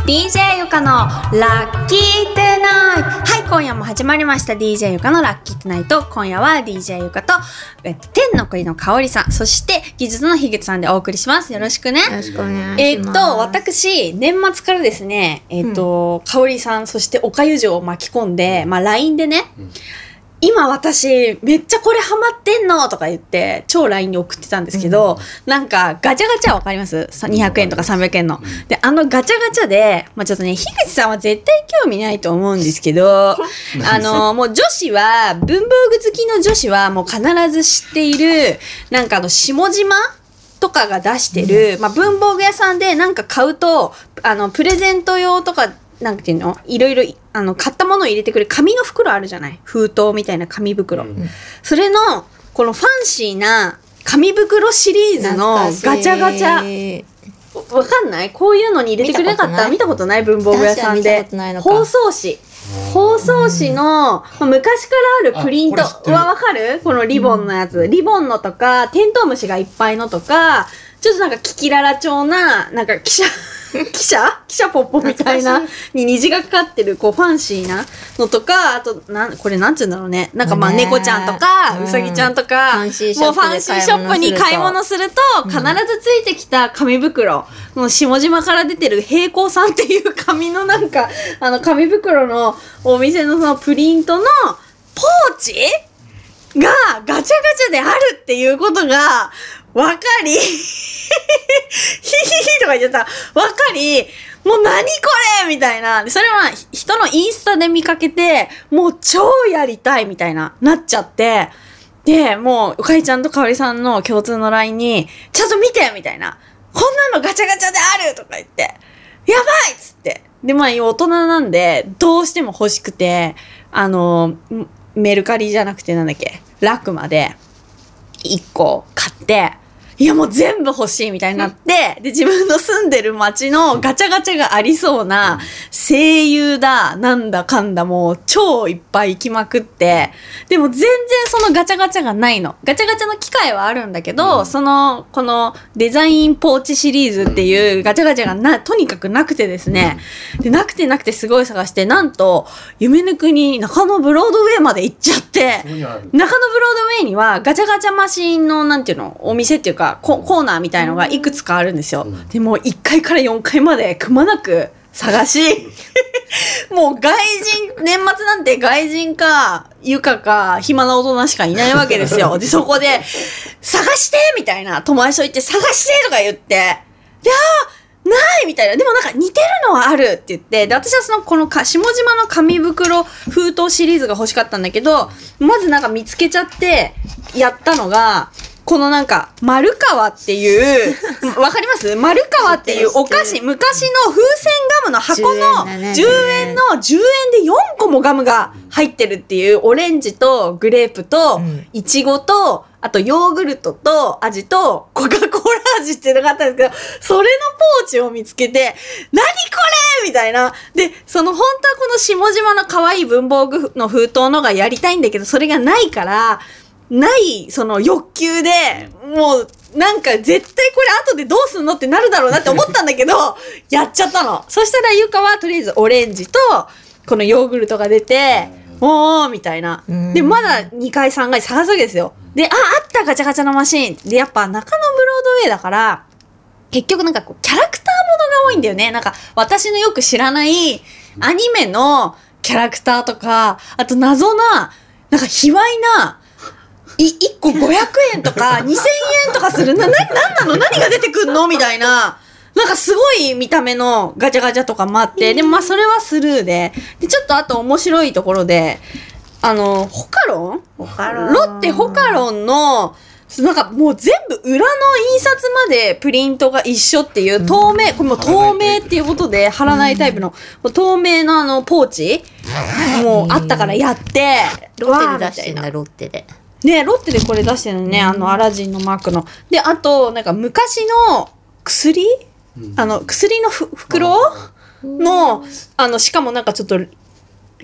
DJ ゆかのラッキートゥナイト。はい、今夜も始まりました DJ ゆかのラッキートゥナイト。今夜は DJ ゆかと天の国の香織さん、そして技術のひげつさんでお送りします。よろしくね。 よろしくお願いします。 私年末からですね、香織さんそしておかゆ嬢を巻き込んで、LINE でね、今私めっちゃこれハマってんのとか言って超 LINE に送ってたんですけど、なんかガチャガチャわかります？ 200 円とか300円の。で、ガチャガチャで、ちょっとね、樋口さんは絶対興味ないと思うんですけど、もう女子は、文房具好きの女子はもう必ず知っている、なんか下島とかが出してる、文房具屋さんでなんか買うと、プレゼント用とか、なんていうの？いろいろ買ったものを入れてくる紙の袋あるじゃない？封筒みたいな紙袋、それのこのファンシーな紙袋シリーズのガチャガチャわかんない？こういうのに入れてくれなかった？見たことない？文房具屋さんで包装紙の昔からあるプリントわかる？このリボンのやつ、リボンのとかテントウムシがいっぱいのとか、ちょっとなんかキキララ調ななんか汽車ポッポみたいなに虹がかかってるこうファンシーなのとか、あとこれなんて言うんだろうね、なんか猫ちゃんとかウサギちゃんとか、もうファンシーショップに買い物すると必ずついてきた紙袋、もう下島から出てる平行さんっていう紙のなんか紙袋のお店のそのプリントのポーチがガチャガチャであるっていうことがわかりヒヒヒとか言っちゃった。わかり、もう何これみたいな。それは人のインスタで見かけて、もう超やりたいみたいな、なっちゃって。で、もう、うかいちゃんとかおりさんの共通の LINE に、ちょっと見てみたいな。こんなのガチャガチャであるとか言って、やばいっつって。で、大人なんで、どうしても欲しくて、メルカリじゃなくてなんだっけ、ラクマで、1個買って、いやもう全部欲しいみたいになって、で、自分の住んでる街のガチャガチャがありそうな声優だ、なんだかんだもう超いっぱい行きまくって、でも全然そのガチャガチャがないの。ガチャガチャの機械はあるんだけど、このデザインポーチシリーズっていうガチャガチャがとにかくなくてですね。で、なくてすごい探して、なんと、夢の国中野ブロードウェイまで行っちゃって、中野ブロードウェイにはガチャガチャマシンのなんていうの、お店っていうか、コーナーみたいのがいくつかあるんですよ。でも1階から4階までくまなく探しもう年末なんて外人かゆかか暇な大人しかいないわけですよ。でそこで探してみたいな、友達と言って探してとか言って、でないみたいな。でもなんか似てるのはあるって言って、で私はこの下島の紙袋封筒シリーズが欲しかったんだけど、まずなんか見つけちゃってやったのが、このなんか、丸川っていう、わかります？丸川っていうお菓子、昔の風船ガムの箱の10円で4個もガムが入ってるっていう、オレンジとグレープとイチゴと、あとヨーグルトと味とコカ・コーラ味っていうのがあったんですけど、それのポーチを見つけて、何これみたいな。で、本当はこの下島の可愛い文房具の封筒のがやりたいんだけど、それがないから、その欲求で、もう、なんか絶対これ後でどうすんのってなるだろうなって思ったんだけど、やっちゃったの。そしたらゆかはとりあえずオレンジと、このヨーグルトが出て、おーみたいな。で、まだ2回3回探すわけですよ。で、あったガチャガチャのマシーン。で、やっぱ中野ブロードウェイだから、結局なんかこう、キャラクターものが多いんだよね。なんか、私のよく知らないアニメのキャラクターとか、あと謎な、なんか卑猥な、1個500円とか2000円とかする。なんなの？何が出てくんのみたいな。なんかすごい見た目のガチャガチャとかもあって、でもそれはスルーで。で、ちょっとあと面白いところで、ホカロンロッテホカロンの、なんかもう全部裏の印刷までプリントが一緒っていう透明、これも透明っていうことで貼らないタイプの、透明のポーチもうあったからやって、 ロッテで出してんだ、ロッテで。 ね、ロッテでこれ出してるのね、アラジンのマークの。で、あと、なんか昔の薬？薬の袋の、しかもなんかちょっと、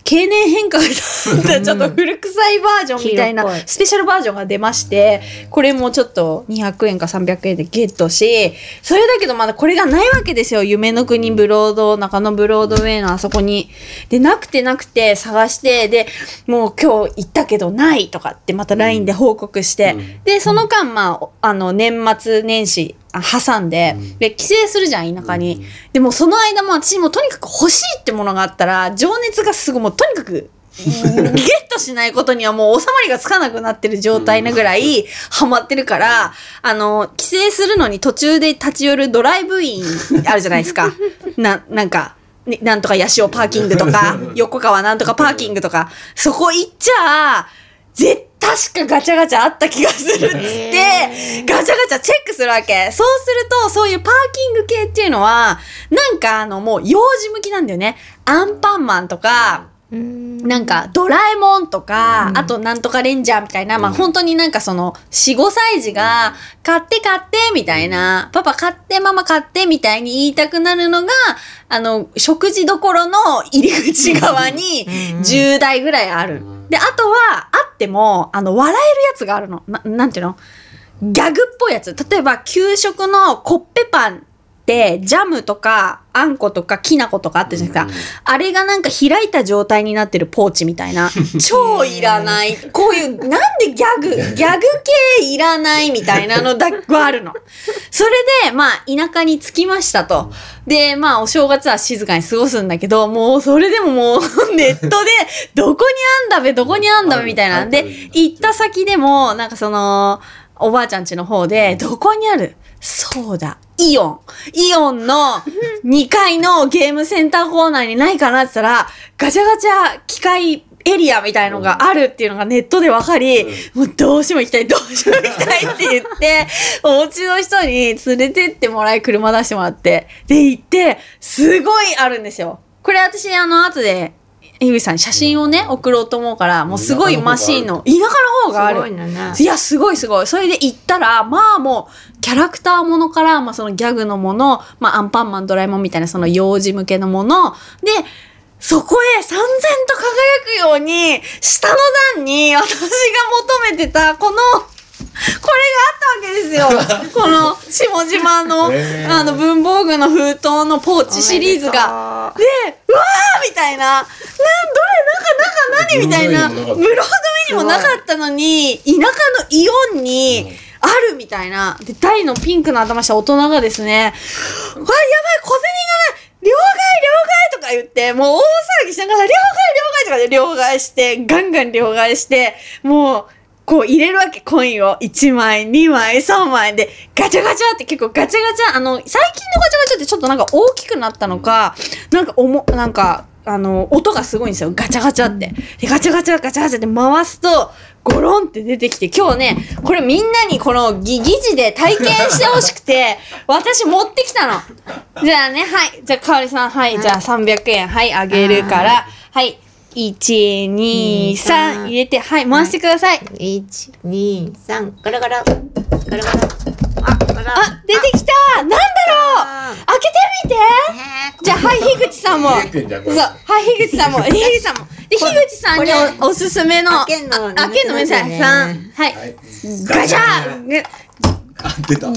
経年変化がちょっと古臭いバージョンみたいなスペシャルバージョンが出まして、これもちょっと200円か300円でゲットし、それだけどまだこれがないわけですよ。夢の国ブロード、中野ブロードウェイのあそこに。で、なくて探して、で、もう今日行ったけどないとかってまた LINE で報告して、で、その間、年末年始、挟んで、で、帰省するじゃん、田舎に。でもその間も私もとにかく欲しいってものがあったら、情熱がすごい、もうとにかく、ゲットしないことにはもう収まりがつかなくなってる状態なぐらいハマってるから、帰省するのに途中で立ち寄るドライブインあるじゃないですか。なんか、なんとか八潮パーキングとか、横川なんとかパーキングとか、そこ行っちゃ、確かガチャガチャあった気がするっつって、ガチャガチャチェックするわけ。そうすると、そういうパーキング系っていうのは、なんかもう幼児向きなんだよね。アンパンマンとか、なんかドラえもんとか、あとなんとかレンジャーみたいな、本当になんかその4、5歳児が買ってみたいな、パパ買ってママ買ってみたいに言いたくなるのが、食事どころの入り口側に10台ぐらいある。で、あとはあっても笑えるやつがあるの。なんていうの？ギャグっぽいやつ。例えば給食のコッペパンでジャムとかあんことかきな粉とかあったじゃないですか。あれがなんか開いた状態になってるポーチみたいな。超いらない。こういう、なんでギャグ系いらないみたいなのがあるの。それで、田舎に着きましたと。で、お正月は静かに過ごすんだけど、もうそれでももうネットでどこにあんだべみたいなんで、行った先でも、なんかその、おばあちゃん家の方で、どこにある？そうだ。イオンの2階のゲームセンターコーナーにないかなって言ったら、ガチャガチャ機械エリアみたいのがあるっていうのがネットで分かり、もうどうしても行きたいって言って、お家の人に連れてってもらい、車出してもらって、で行って、すごいあるんですよ。これ私後で、井口さんに写真をね送ろうと思うから、もうすごいマシーンの田舎の方がある。いやすごい。それで行ったらもうキャラクターものから、そのギャグのもの、アンパンマンドラえもんみたいなその幼児向けのもので、そこへ燦然と輝くように下の段に私が求めてたこれがあったわけですよ。この下島の、文房具の封筒のポーチシリーズが。で、うわーみたいな。何みたいな。ブロードウェイにもなかったのに、田舎のイオンにあるみたいな。で、大のピンクの頭した大人がですね、わ、やばい、小銭がない両替とか言って、もう大騒ぎしながら、両替とかで両替して、ガンガン両替して、もう、こう入れるわけ、コインを1枚、2枚、3枚で、ガチャガチャって結構ガチャガチャ、最近のガチャガチャってちょっとなんか大きくなったのか、音がすごいんですよ。ガチャガチャって。で、ガチャガチャって回すと、ゴロンって出てきて、今日ね、これみんなにこの疑似で体験してほしくて、私持ってきたの。じゃあね、はい。じゃあ、かおりさん、はい。じゃあ300円、はい、あげるから、はい。1、2、3入れて、はい、回してください。 1、2、3、ガラガラ。 あ、出てきた。なんだろう。開けてみて。じゃあ、はい、樋口さんも。そう、はい、樋口さんも。で、樋口さんにおすすめの。開けんのめんなさい。3、はい。ガチャ出た。 はい。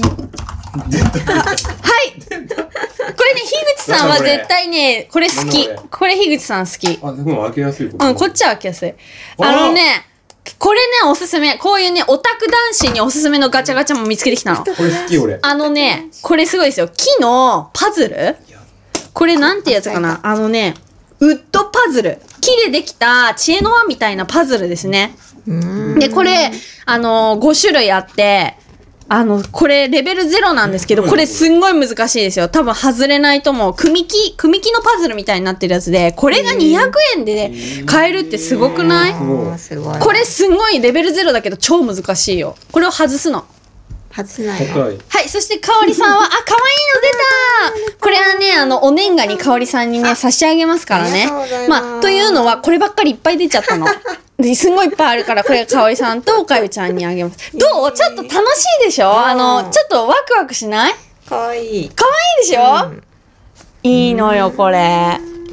これね、樋口さんは絶対ね、これ好き。これ樋口さん好き。 あ、でも開けやすい。 こっちは開けやすい。これね、おすすめ。こういうね、オタク男子におすすめのガチャガチャも見つけてきたの。 これ好き、俺。 これすごいですよ。木のパズル？これなんてやつかな？ウッドパズル。木でできた知恵の輪みたいなパズルですね。で、これ、5種類あって、これレベル0なんですけど、これすんごい難しいですよ。多分外れないと思う。組木のパズルみたいになってるやつで、これが200円で、買えるってすごくない？これすんごいレベル0だけど超難しいよ。これを外すの。 外せないの。 はい、そしてかおりさんは、可愛いの出た。これはね、お年賀にかおりさんにね、差し上げますからね。というのは、こればっかりいっぱい出ちゃったの。すごいいっぱいあるから、これかおりさんとおかゆちゃんにあげます。どう？ちょっと楽しいでしょ？ちょっとワクワクしない？ かわいい。 かわいいでしょ？いいのよ、これ。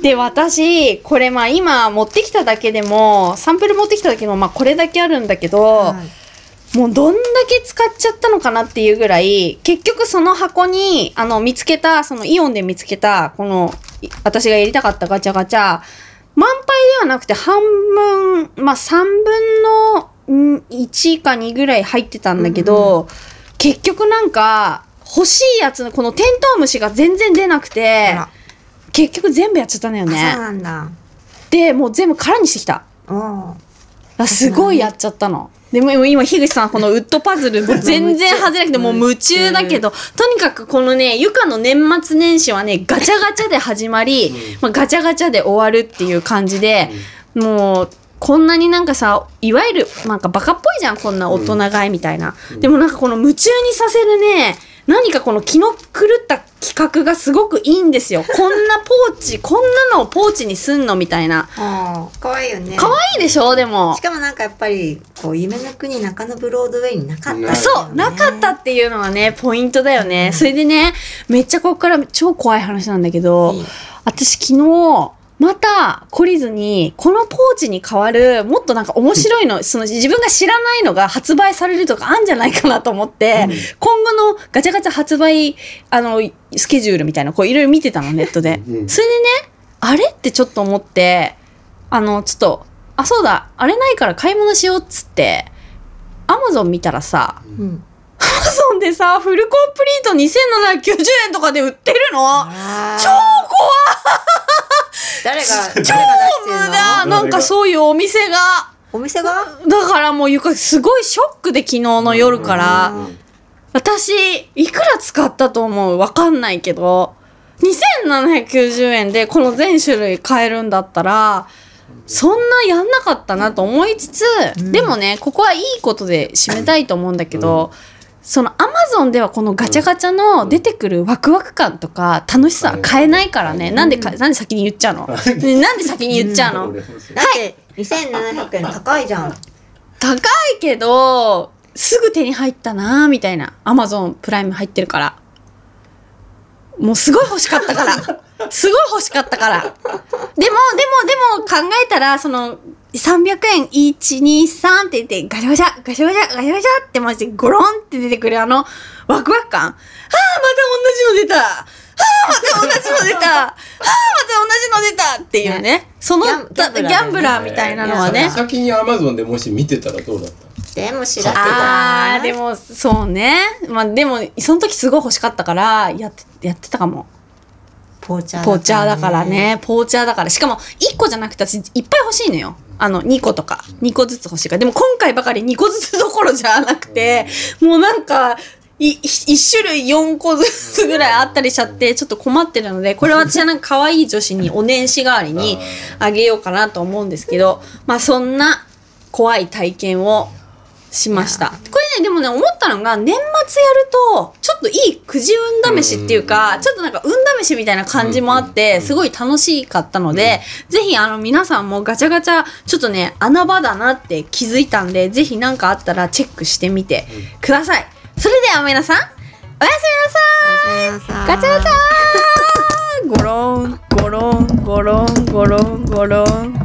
で、私、これまあ今持ってきただけでも、サンプル持ってきただけでもまあこれだけあるんだけど、もうどんだけ使っちゃったのかなっていうぐらい、結局その箱に、見つけた、そのイオンで見つけた、この、私がやりたかったガチャガチャ、満杯ではなくて半分、まあ3分の1か2ぐらい入ってたんだけど、結局なんか、欲しいやつのこのテントウムシが全然出なくて、結局全部やっちゃったんだよね。 そうなんだ。 で、もう全部空にしてきた。すごいやっちゃったの。でも今、樋口さん、このウッドパズル、もう全然外れなくて、もう夢中だけど、とにかくこのね、ゆかの年末年始はね、ガチャガチャで始まり、まあ、ガチャガチャで終わるっていう感じで、もう、こんなになんかさ、いわゆる、なんかバカっぽいじゃん、こんな大人買いみたいな。でもなんかこの夢中にさせるね、何かこの気の狂った企画がすごくいいんですよ。こんなポーチ、こんなのをポーチにすんのみたいな。 かわいいよね。 かわいいでしょでも。 しかもなんかやっぱり、こう、夢の国中野ブロードウェイになかった、ね。 そう、なかったっていうのがね、ポイントだよね。それでね、めっちゃここから超怖い話なんだけど、私昨日、また懲りずにこのポーチに代わるもっとなんか面白いのその自分が知らないのが発売されるとかあんじゃないかなと思って、今後のガチャガチャ発売スケジュールみたいなこういろいろ見てたのネットで、それでねあれってちょっと思ってちょっとそうだあれないから買い物しようっつってアマゾン見たらさ、アマゾンでさフルコンプリート2790円とかで売ってるの超怖い誰が出して超無駄なんかそういうお店がだからもうすごいショックで昨日の夜から私いくら使ったと思うわかんないけど2790円でこの全種類買えるんだったらそんなやんなかったなと思いつつ、でもねここはいいことで締めたいと思うんだけど、そのアマゾンではこのガチャガチャの出てくるワクワク感とか楽しさは買えないからね。なんで先に言っちゃうの？なんで先に言っちゃうの？ だって2700円高いじゃん。 高いけどすぐ手に入ったなみたいな。アマゾンプライム入ってるから。もうすごい欲しかったから。すごい欲しかったから。でも考えたらその300円123って言ってガシャガシャガシャガシャガシャガシャってマジでゴロンって出てくるワクワク感。また同じの出た。また同じの出た。また同じの出たっていうね。そのギャンブラーみたいなのはね。 先に Amazon でもし見てたらどうだった？ でも知らせた。 でもそうね。まあでもその時すごい欲しかったからやってたかも。ポーチャーだからね。ポーチャーだから。しかも1個じゃなくて私いっぱい欲しいのよ。2個とか2個ずつ欲しいから。でも今回ばかり2個ずつどころじゃなくて、もうなんか1種類4個ずつぐらいあったりしちゃってちょっと困ってるので、これは私はなんか可愛い女子にお年始代わりにあげようかなと思うんですけど、まあそんな怖い体験をしました。これねでもね思ったのが年末やるとちょっといいくじ運試しっていうか、ちょっとなんか運試しみたいな感じもあってすごい楽しかったので、ぜひ皆さんもガチャガチャちょっとね穴場だなって気づいたんで、ぜひなんかあったらチェックしてみてください。それでは皆さんおやすみなさい。ガチャガチャゴロンゴロンゴロンゴロンゴロン。